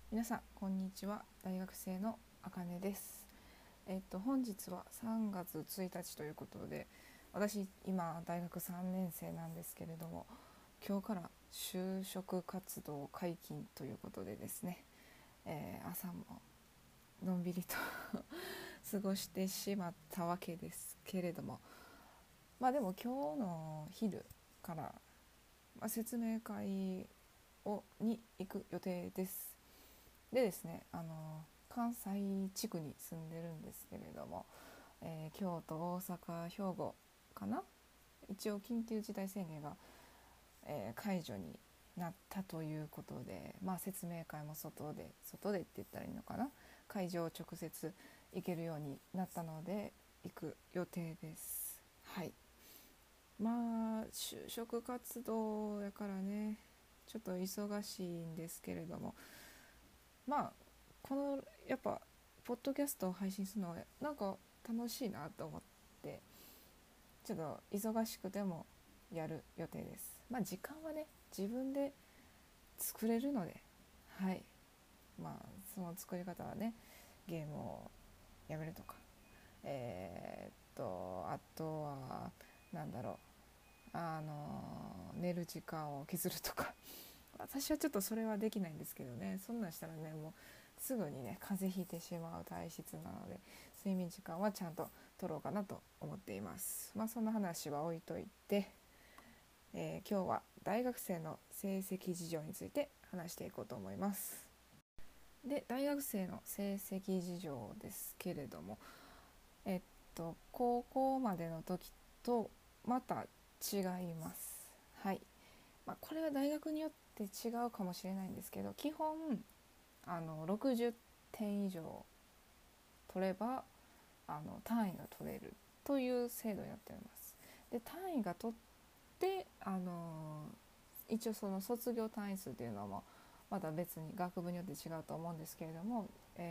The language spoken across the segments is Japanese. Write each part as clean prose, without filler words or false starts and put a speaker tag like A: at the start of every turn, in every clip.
A: 皆さんこんにちは。大学生のあかねです。本日は3月1日ということで、私今大学3年生なんですけれども、今日から就職活動解禁ということでですね、朝ものんびりと過ごしてしまったわけですけれども、でも今日の昼から、説明会に行く予定です。でですね、関西地区に住んでるんですけれども、京都、大阪、兵庫かな、一応緊急事態宣言が、解除になったということで、説明会も外でって言ったらいいのかな、会場直接行けるようになったので行く予定です。はい。就職活動やからね、ちょっと忙しいんですけれども、このやっぱポッドキャストを配信するのはなんか楽しいなと思って、ちょっと忙しくてもやる予定です。時間はね自分で作れるので、はい。その作り方はね、ゲームをやめるとか、あとはなんだろう、寝る時間を削るとか私はちょっとそれはできないんですけどね。そんなんしたらね、もうすぐにね風邪ひいてしまう体質なので、睡眠時間はちゃんと取ろうかなと思っています。そんな話は置いといて、今日は大学生の成績事情について話していこうと思います。で、大学生の成績事情ですけれども、高校までの時とまた違います。はい。これは大学によって違うかもしれないんですけど、基本60点以上取れば単位が取れるという制度になっています。で、単位が取って一応その卒業単位数というのもまた別に学部によって違うと思うんですけれども、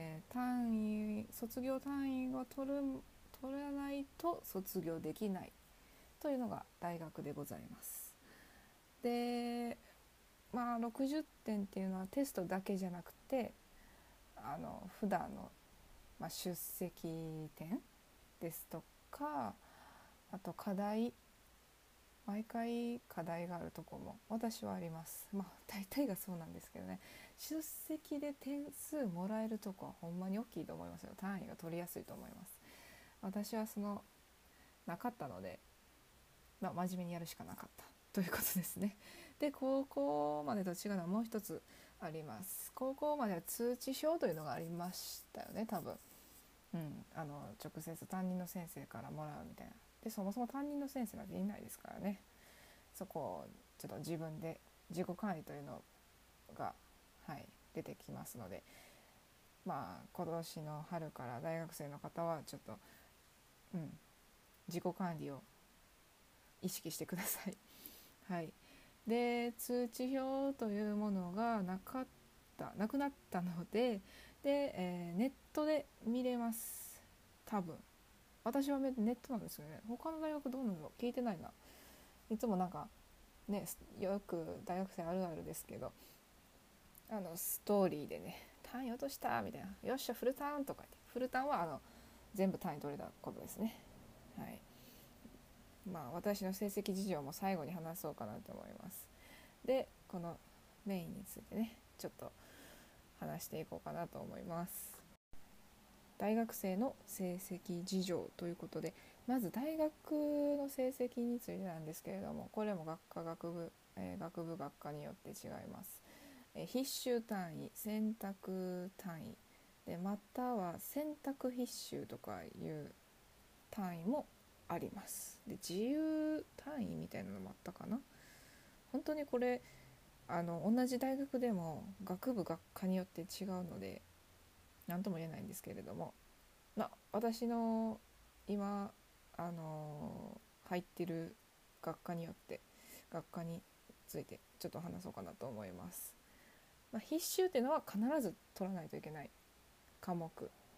A: 卒業単位を取らないと卒業できないというのが大学でございます。で、60点っていうのはテストだけじゃなくて、普段の、出席点ですとか、あと課題、毎回課題があるとこも私はあります。大体がそうなんですけどね、出席で点数もらえるとこはほんまに大きいと思いますよ。単位が取りやすいと思います。私はなかったので、真面目にやるしかなかったということですね。で、高校までと違うのはもう一つあります。高校までは通知表というのがありましたよね、多分。直接担任の先生からもらうみたいな。で、そもそも担任の先生なんていないですからね。そこをちょっと自分で自己管理というのが、はい、出てきますので、今年の春から大学生の方はちょっと、自己管理を意識してください。はい。で、通知表というものがなくなったので、ネットで見れます。多分。私はネットなんですよね。他の大学どうなの聞いてないな。いつもなんかね、よく大学生あるあるですけど、ストーリーでね、単位落としたみたいな、よっしゃフルターンとか言って、フルターンは全部単位取れたことですね。はい。私の成績事情も最後に話そうかなと思います。で、このメインについてね、ちょっと話していこうかなと思います。大学生の成績事情ということで、まず大学の成績についてなんですけれども、これも学部学科によって違います。必修単位、選択単位で、または選択必修とかいう単位もあります。で、自由単位みたいなのもあったかな。本当にこれ同じ大学でも学部学科によって違うので何とも言えないんですけれども、私の今入ってる学科についてちょっと話そうかなと思います。必修っていうのは必ず取らないといけない科目、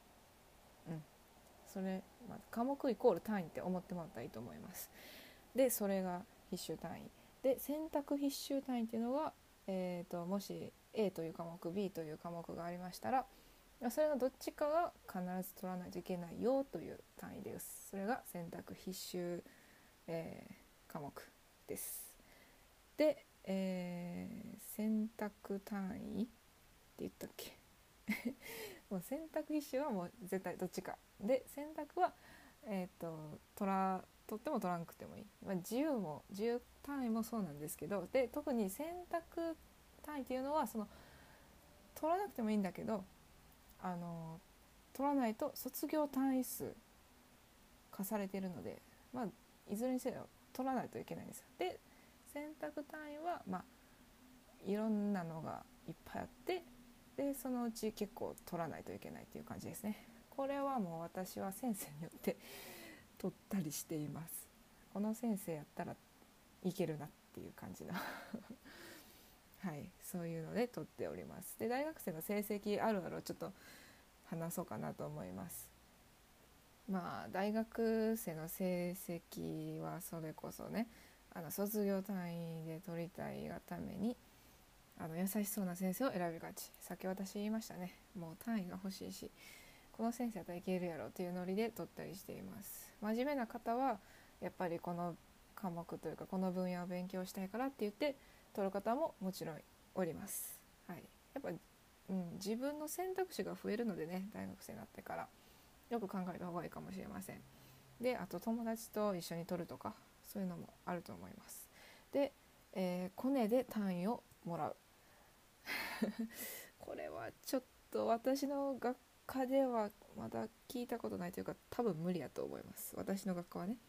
A: それ、科目イコール単位って思ってもらったらいいと思います。で、それが必修単位で、選択必修単位っていうのが、もし A という科目 B という科目がありましたら、それのどっちかが必ず取らないといけないよという単位です。それが選択必修、科目です。で、選択単位って言ったっけもう選択必修はもう絶対どっちかで、選択は、取っても取らなくてもいい、自由単位もそうなんですけど、で特に選択単位っていうのはその取らなくてもいいんだけど、取らないと卒業単位数課されているので、いずれにせよ取らないといけないんですよ。で選択単位は、いろんなのがいっぱいあって、でそのうち結構取らないといけないっていう感じですね。これはもう私は先生によって取ったりしています。この先生やったらいけるなっていう感じのはい、そういうので取っております。で大学生の成績あるあるをちょっと話そうかなと思います。大学生の成績はそれこそね、卒業単位で取りたいがために優しそうな先生を選びがち。さっき私言いましたね。もう単位が欲しいし、この先生だったらいけるやろっていうノリで取ったりしています。真面目な方はやっぱりこの科目というかこの分野を勉強したいからって言って取る方ももちろんおります。はい、やっぱ、自分の選択肢が増えるのでね、大学生になってからよく考えた方がいいかもしれません。であと友達と一緒に取るとかそういうのもあると思います。で、コネで単位をもらうこれはちょっと私の学科ではまだ聞いたことないというか、多分無理やと思います、私の学科はね。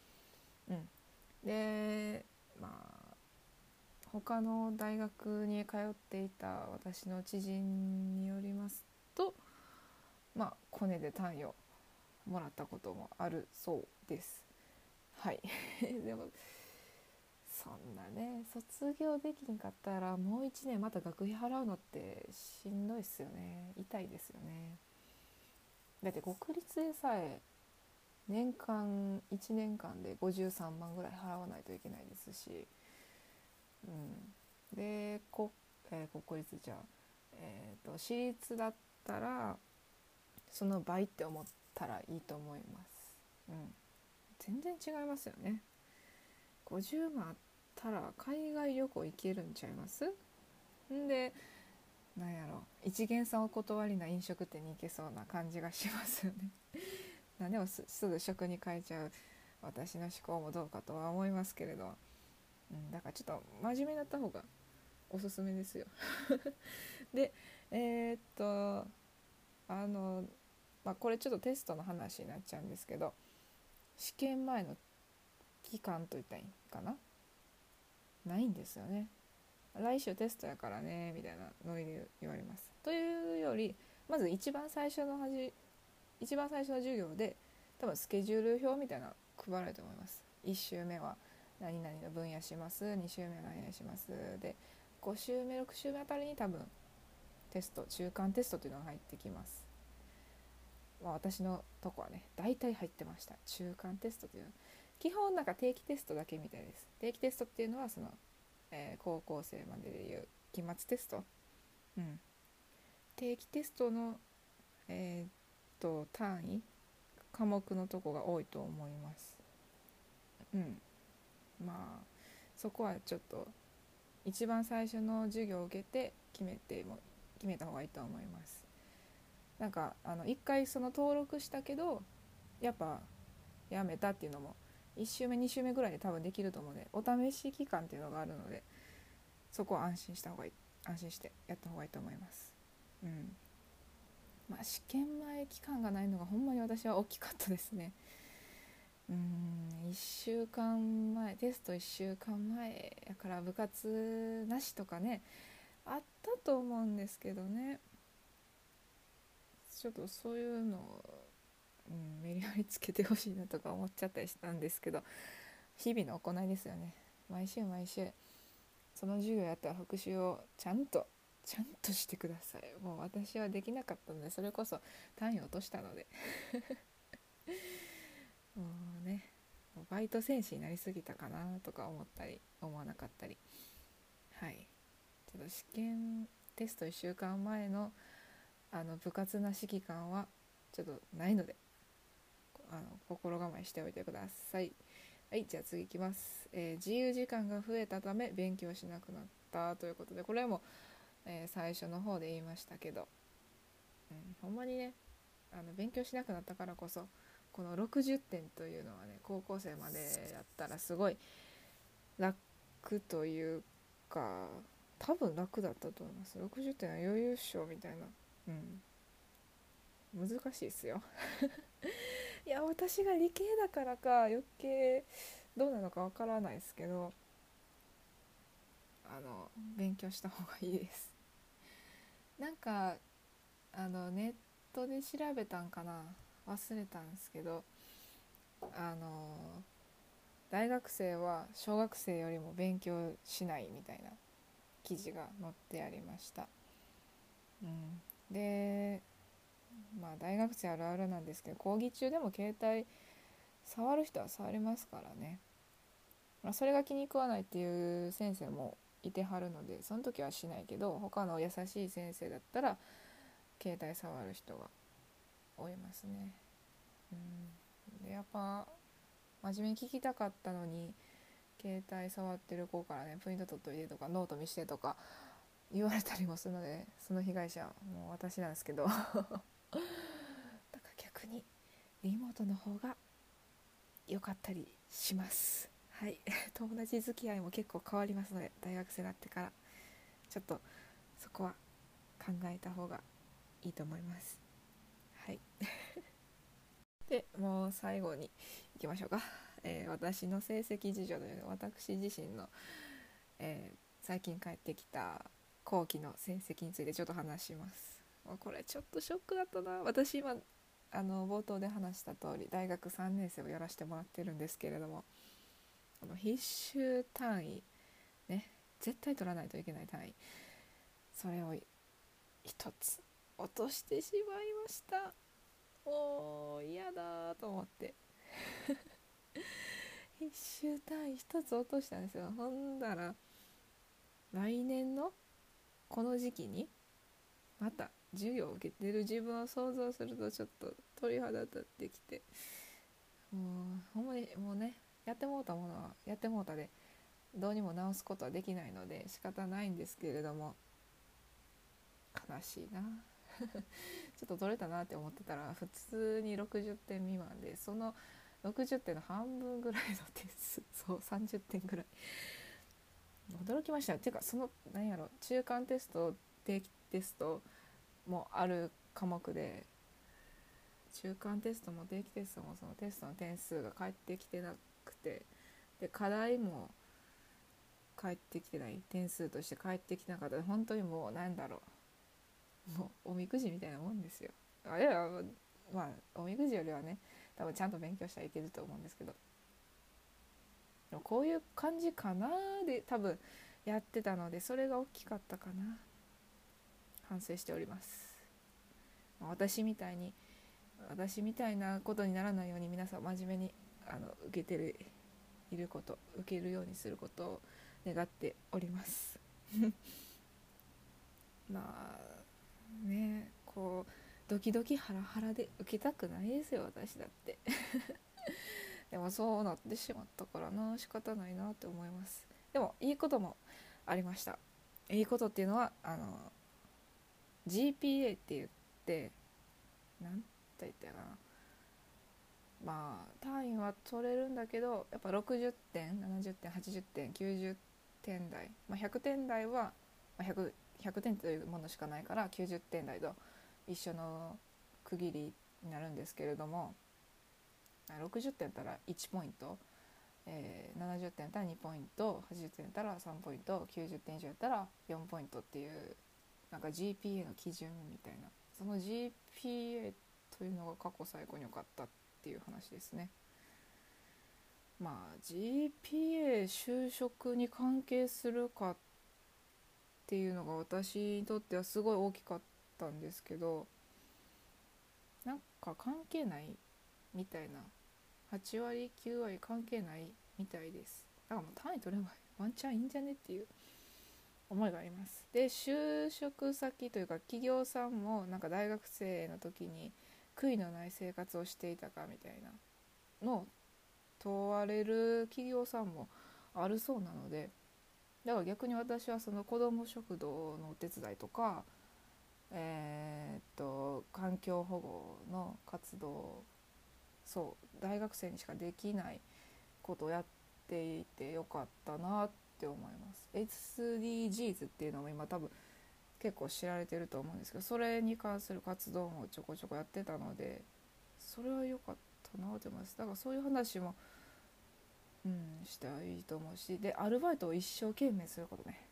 A: で他の大学に通っていた私の知人によりますと、コネで単位をもらったこともあるそうです。はいでもそんなね、卒業できんかったらもう1年また学費払うのってしんどいっすよね。痛いですよね。だって国立でさえ年間1年間で53万ぐらい払わないといけないですし、で国立じゃ私立だったらその倍って思ったらいいと思います。全然違いますよね。50万あったら海外旅行行けるんちゃいます？んでなんやろ、一元さんお断りな飲食店に行けそうな感じがしますよね何でもすぐ食に変えちゃう私の思考もどうかとは思いますけれど、だからちょっと真面目になった方がおすすめですよでこれちょっとテストの話になっちゃうんですけど、試験前の期間といったらいいかな、ないんですよね。来週テストやからねみたいなノリで言われます。というより、まず一番最初の授業で多分スケジュール表みたいなの配られると思います。1週目は何々の分野します、2週目は何々しますで、5週目6週目あたりに多分中間テストというのが入ってきます。私のとこはね大体入ってました。中間テストというのは基本なんか定期テストだけみたいです。定期テストっていうのはその、高校生まででいう期末テスト、定期テストの、単位科目のとこが多いと思います。そこはちょっと一番最初の授業を受けて決めた方がいいと思います。なんか1回その登録したけどやっぱやめたっていうのも1週目2週目ぐらいで多分できると思うので、お試し期間っていうのがあるので、そこは安心してやった方がいいと思います。試験前期間がないのがほんまに私は大きかったですね。1週間前テスト1週間前やから部活なしとかねあったと思うんですけどね、ちょっとそういうのを、メリハリつけてほしいなとか思っちゃったりしたんですけど、日々の行いですよね。毎週その授業やったら復習をちゃんとしてください。もう私はできなかったので、それこそ単位を落としたのでもうね、バイト戦士になりすぎたかなとか思ったり思わなかったり、はい、ちょっと試験テスト1週間前の部活な指揮官はちょっとないので心構えしておいてください。はい、じゃあ次いきます。自由時間が増えたため勉強しなくなったということで、これも、最初の方で言いましたけど、ほんまにね勉強しなくなったからこそこの60点というのはね、高校生までやったらすごい楽というか、多分楽だったと思います。60点は余裕っしょみたいな、難しいですよいや私が理系だからか余計どうなのかわからないですけど、勉強した方がいいです。なんかネットで調べたんかな、忘れたんですけど、大学生は小学生よりも勉強しないみたいな記事が載ってありました。で大学生あるあるなんですけど、講義中でも携帯触る人は触りますからね。それが気に食わないっていう先生もいてはるので、その時はしないけど、他の優しい先生だったら携帯触る人が多いますね。でやっぱ真面目に聞きたかったのに携帯触ってる子からね、プリント取っといてとかノート見してとか言われたりもするので、その被害者はもう私なんですけどだから逆にリモートの方が良かったりします。はい、友達付き合いも結構変わりますので、大学生になってからちょっとそこは考えた方がいいと思います。はいでもう最後にいきましょうか。私の成績事情というのは、私自身の、最近帰ってきた後期の成績についてちょっと話します。これちょっとショックだったな。私今冒頭で話した通り大学3年生をやらせてもらってるんですけれども、必修単位ね、絶対取らないといけない単位、それを一つ落としてしまいました。もう嫌だと思って必修単位一つ落としたんですよ。ほんだら来年のこの時期にまた授業を受けてる自分を想像するとちょっと鳥肌立ってきて、もうほんまにもうね、やってもうたものはやってもうたでどうにも直すことはできないので仕方ないんですけれども、悲しいなちょっと取れたなって思ってたら普通に60点未満で、その60点の半分ぐらいの点数、そう30点ぐらい、驚きました。っていうか、その何やろ、中間テスト定期テストもある科目で、中間テストも定期テストもそのテストの点数が返ってきてなくて、で課題も返ってきてない、点数として返ってきてなかったで、本当にもうなんだろう、もうおみくじみたいなもんですよ。あれはまあおみくじよりはね、多分ちゃんと勉強したらいけると思うんですけど、でもこういう感じかなで多分やってたので、それが大きかったかな。反省しております。私みたいなことにならないように、皆さん真面目に受けていること、受けるようにすることを願っておりますまあね、こうドキドキハラハラで受けたくないですよ、私だってでもそうなってしまったからな、仕方ないなって思います。でもいいこともありました。いいことっていうのはGPA って言って、なんて言ったかな、まあ単位は取れるんだけど、やっぱ60点70点80点90点台、100点台は 100点というものしかないから90点台と一緒の区切りになるんですけれども、60点やったら1ポイント、70点やったら2ポイント、80点やったら3ポイント、90点以上やったら4ポイントっていう、なんか GPA の基準みたいな、その GPA というのが過去最高に良かったっていう話ですね。GPA 就職に関係するかっていうのが私にとってはすごい大きかったんですけど、なんか関係ないみたいな、8割9割関係ないみたいです。だからもう単位取ればワンチャンいいんじゃねっていう思いがあります。で就職先というか企業さんもなんか大学生の時に悔いのない生活をしていたかみたいなのを問われる企業さんもあるそうなので、だから逆に私はその子ども食堂のお手伝いとか、環境保護の活動、そう大学生にしかできないことをやっていてよかったなって思います。 SDGs っていうのも今多分結構知られてると思うんですけど、それに関する活動もちょこちょこやってたので、それは良かったなと思います。だからそういう話も、したらいいと思うし、でアルバイトを一生懸命することね、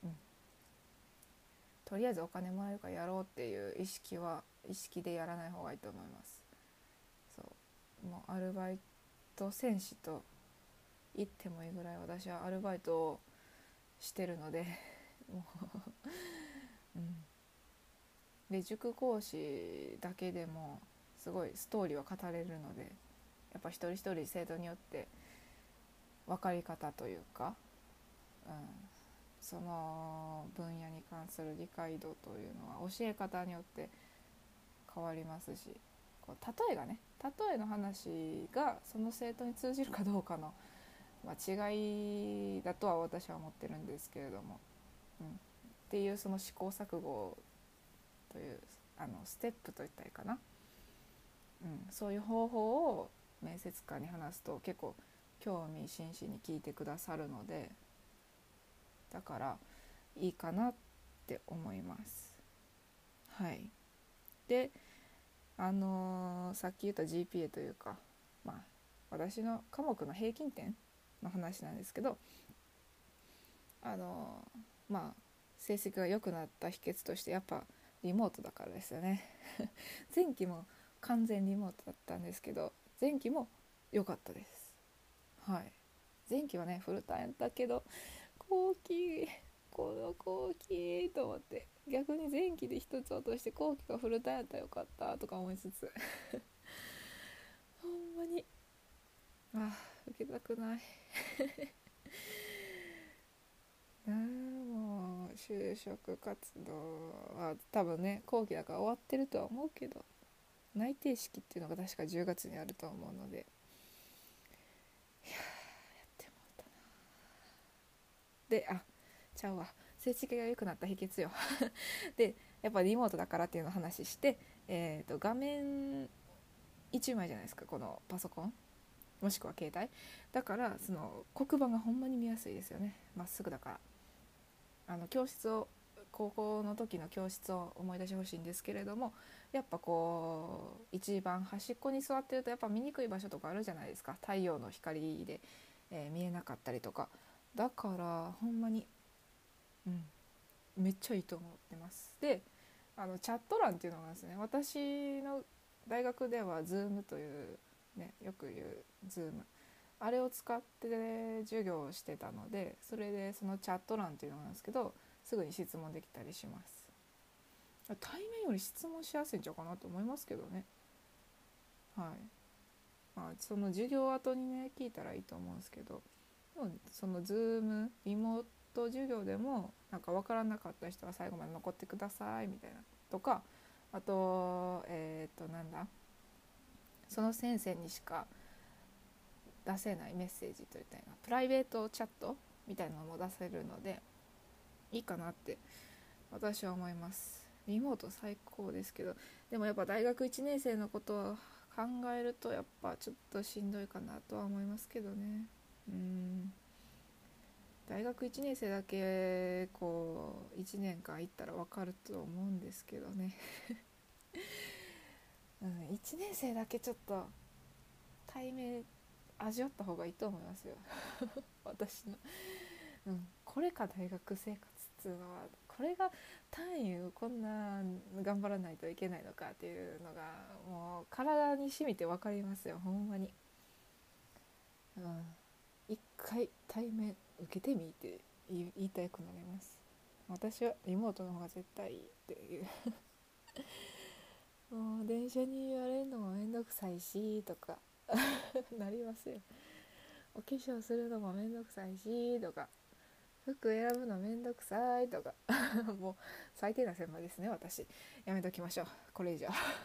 A: とりあえずお金もらえるからやろうっていう意識でやらない方がいいと思います。そうもうアルバイト戦士と言ってもいいぐらい私はアルバイトをしてるのでもう、で塾講師だけでもすごいストーリーは語れるので、やっぱ一人一人生徒によって分かり方というか、うん、その分野に関する理解度というのは教え方によって変わりますし、こう例えの話がその生徒に通じるかどうかの、違いだとは私は思ってるんですけれども、っていうその試行錯誤というステップといったらいいかな、そういう方法を面接官に話すと結構興味津々に聞いてくださるので、だからいいかなって思います。はい。でさっき言った GPA というか、私の科目の平均点の話なんですけど、成績が良くなった秘訣としてやっぱリモートだからですよね前期も完全リモートだったんですけど、前期も良かったです。はい。前期はねフルタイムだけどこの後期と思って、逆に前期で一つ落として後期がフルタイムだったらよかったとか思いつつほんまに受けたくないもう就職活動は多分ね後期だから終わってるとは思うけど、内定式っていうのが確か10月にあると思うので、やってもうたな。でちゃうわ、成績が良くなった秘訣よでやっぱリモートだからっていうのを話して、画面1枚じゃないですかこのパソコンもしくは携帯だから、その黒板がほんまに見やすいですよね、まっすぐだから。高校の時の教室を思い出してほしいんですけれども、やっぱこう一番端っこに座ってるとやっぱ見にくい場所とかあるじゃないですか、太陽の光で、見えなかったりとか。だからほんまに、めっちゃいいと思ってます。でチャット欄っていうのがですね、私の大学では Zoom という、よく言う Zoom、あれを使って授業をしてたので、それでそのチャット欄っていうのなんですけど、すぐに質問できたりします。対面より質問しやすいんちゃうかなと思いますけどね。はい。その授業後にね聞いたらいいと思うんですけど、でもその Zoom リモート授業でもなんか分からなかった人は最後まで残ってくださいみたいなとか、あとその先生にしか出せないメッセージといったようなプライベートチャットみたいなのも出せるのでいいかなって私は思います。リモート最高ですけど、でもやっぱ大学1年生のことを考えるとやっぱちょっとしんどいかなとは思いますけどね。大学1年生だけこう1年間行ったら分かると思うんですけどね1年生だけちょっと対面味わった方がいいと思いますよ私の、これか大学生活っていうのは、これが単位をこんな頑張らないといけないのかっていうのがもう体に染みて分かりますよほんまに。一回対面受けてみって言いたくなります。私はリモートの方が絶対いいっていうもう電車に言われるのもめんどくさいしとかなりますよ。お化粧するのもめんどくさいしとか服選ぶのめんどくさいとかもう最低な先輩ですね私。やめときましょうこれ以上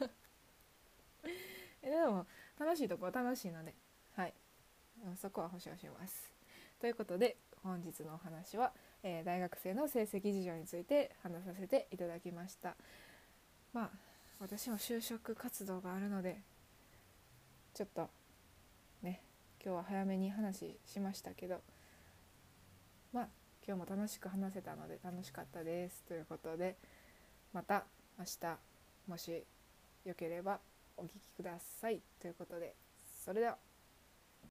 A: でも楽しいとこは楽しいので、はい、そこは保証します。ということで本日のお話は、大学生の成績事情について話させていただきました。まあ私も就職活動があるのでちょっとね今日は早めに話しましたけど、まあ今日も楽しく話せたので楽しかったですということで、また明日もしよければお聞きくださいということで、それでは。